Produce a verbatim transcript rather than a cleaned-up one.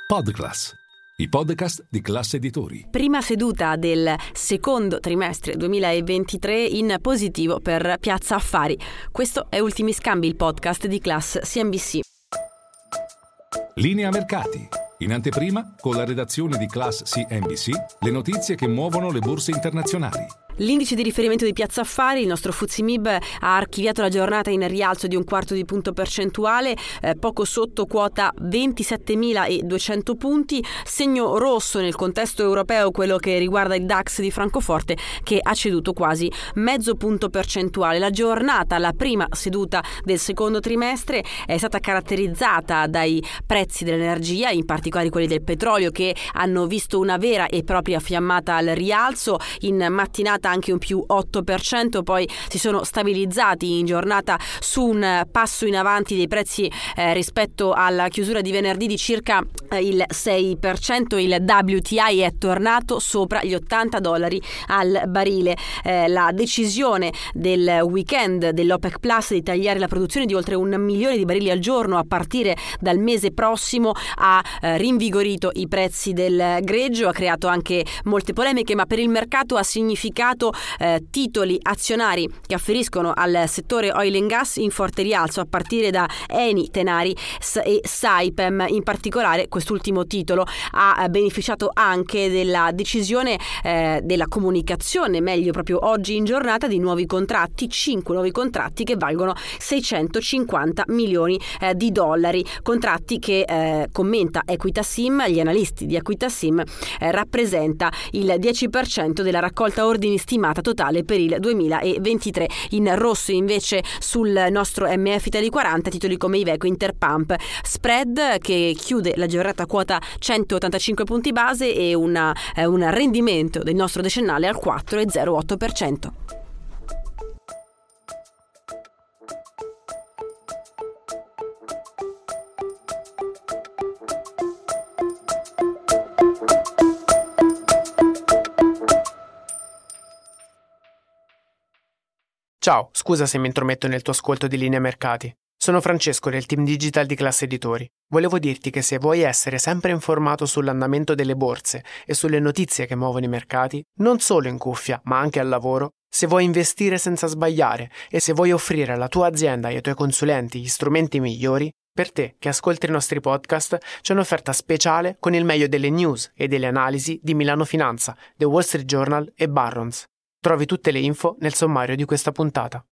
Podclass, i podcast di Class Editori. Prima seduta del secondo trimestre duemilaventitré in positivo per Piazza Affari. Questo è Ultimi Scambi, il podcast di Class C N B C. Linea mercati. In anteprima, con la redazione di Class C N B C, le notizie che muovono le borse internazionali. L'indice di riferimento di Piazza Affari, il nostro F T S E M I B, ha archiviato la giornata in rialzo di un quarto di punto percentuale, eh, poco sotto quota ventisettemiladuecento punti, segno rosso nel contesto europeo quello che riguarda il DAX di Francoforte, che ha ceduto quasi mezzo punto percentuale. La giornata, la prima seduta del secondo trimestre, è stata caratterizzata dai prezzi dell'energia, in particolare quelli del petrolio, che hanno visto una vera e propria fiammata al rialzo. In mattinata anche un più otto per cento, poi si sono stabilizzati in giornata su un passo in avanti dei prezzi eh, rispetto alla chiusura di venerdì di circa eh, il sei per cento. Il W T I è tornato sopra gli ottanta dollari al barile. Eh, la decisione del weekend dell'OPEC Plus di tagliare la produzione di oltre un milione di barili al giorno a partire dal mese prossimo ha eh, rinvigorito i prezzi del greggio, ha creato anche molte polemiche, ma per il mercato ha significato Eh, titoli azionari che afferiscono al settore oil and gas in forte rialzo, a partire da Eni, Tenaris e Saipem. In particolare quest'ultimo titolo ha beneficiato anche della decisione eh, della comunicazione, meglio proprio oggi in giornata, di nuovi contratti, cinque nuovi contratti che valgono seicentocinquanta milioni eh, di dollari, contratti che eh, commenta Equitassim, gli analisti di Equitassim, eh, rappresenta il dieci per cento della raccolta ordini stimata totale per il duemilaventitré. In rosso invece sul nostro M F Italy quaranta titoli come Iveco, Interpump, spread che chiude la giornata a quota centottantacinque punti base e una, eh, un rendimento del nostro decennale al quattro virgola zero otto per cento. Ciao, scusa se mi intrometto nel tuo ascolto di Linea Mercati. Sono Francesco del team digital di Class Editori. Volevo dirti che se vuoi essere sempre informato sull'andamento delle borse e sulle notizie che muovono i mercati, non solo in cuffia, ma anche al lavoro, se vuoi investire senza sbagliare e se vuoi offrire alla tua azienda e ai tuoi consulenti gli strumenti migliori, per te che ascolti i nostri podcast c'è un'offerta speciale con il meglio delle news e delle analisi di Milano Finanza, The Wall Street Journal e Barron's. Trovi tutte le info nel sommario di questa puntata.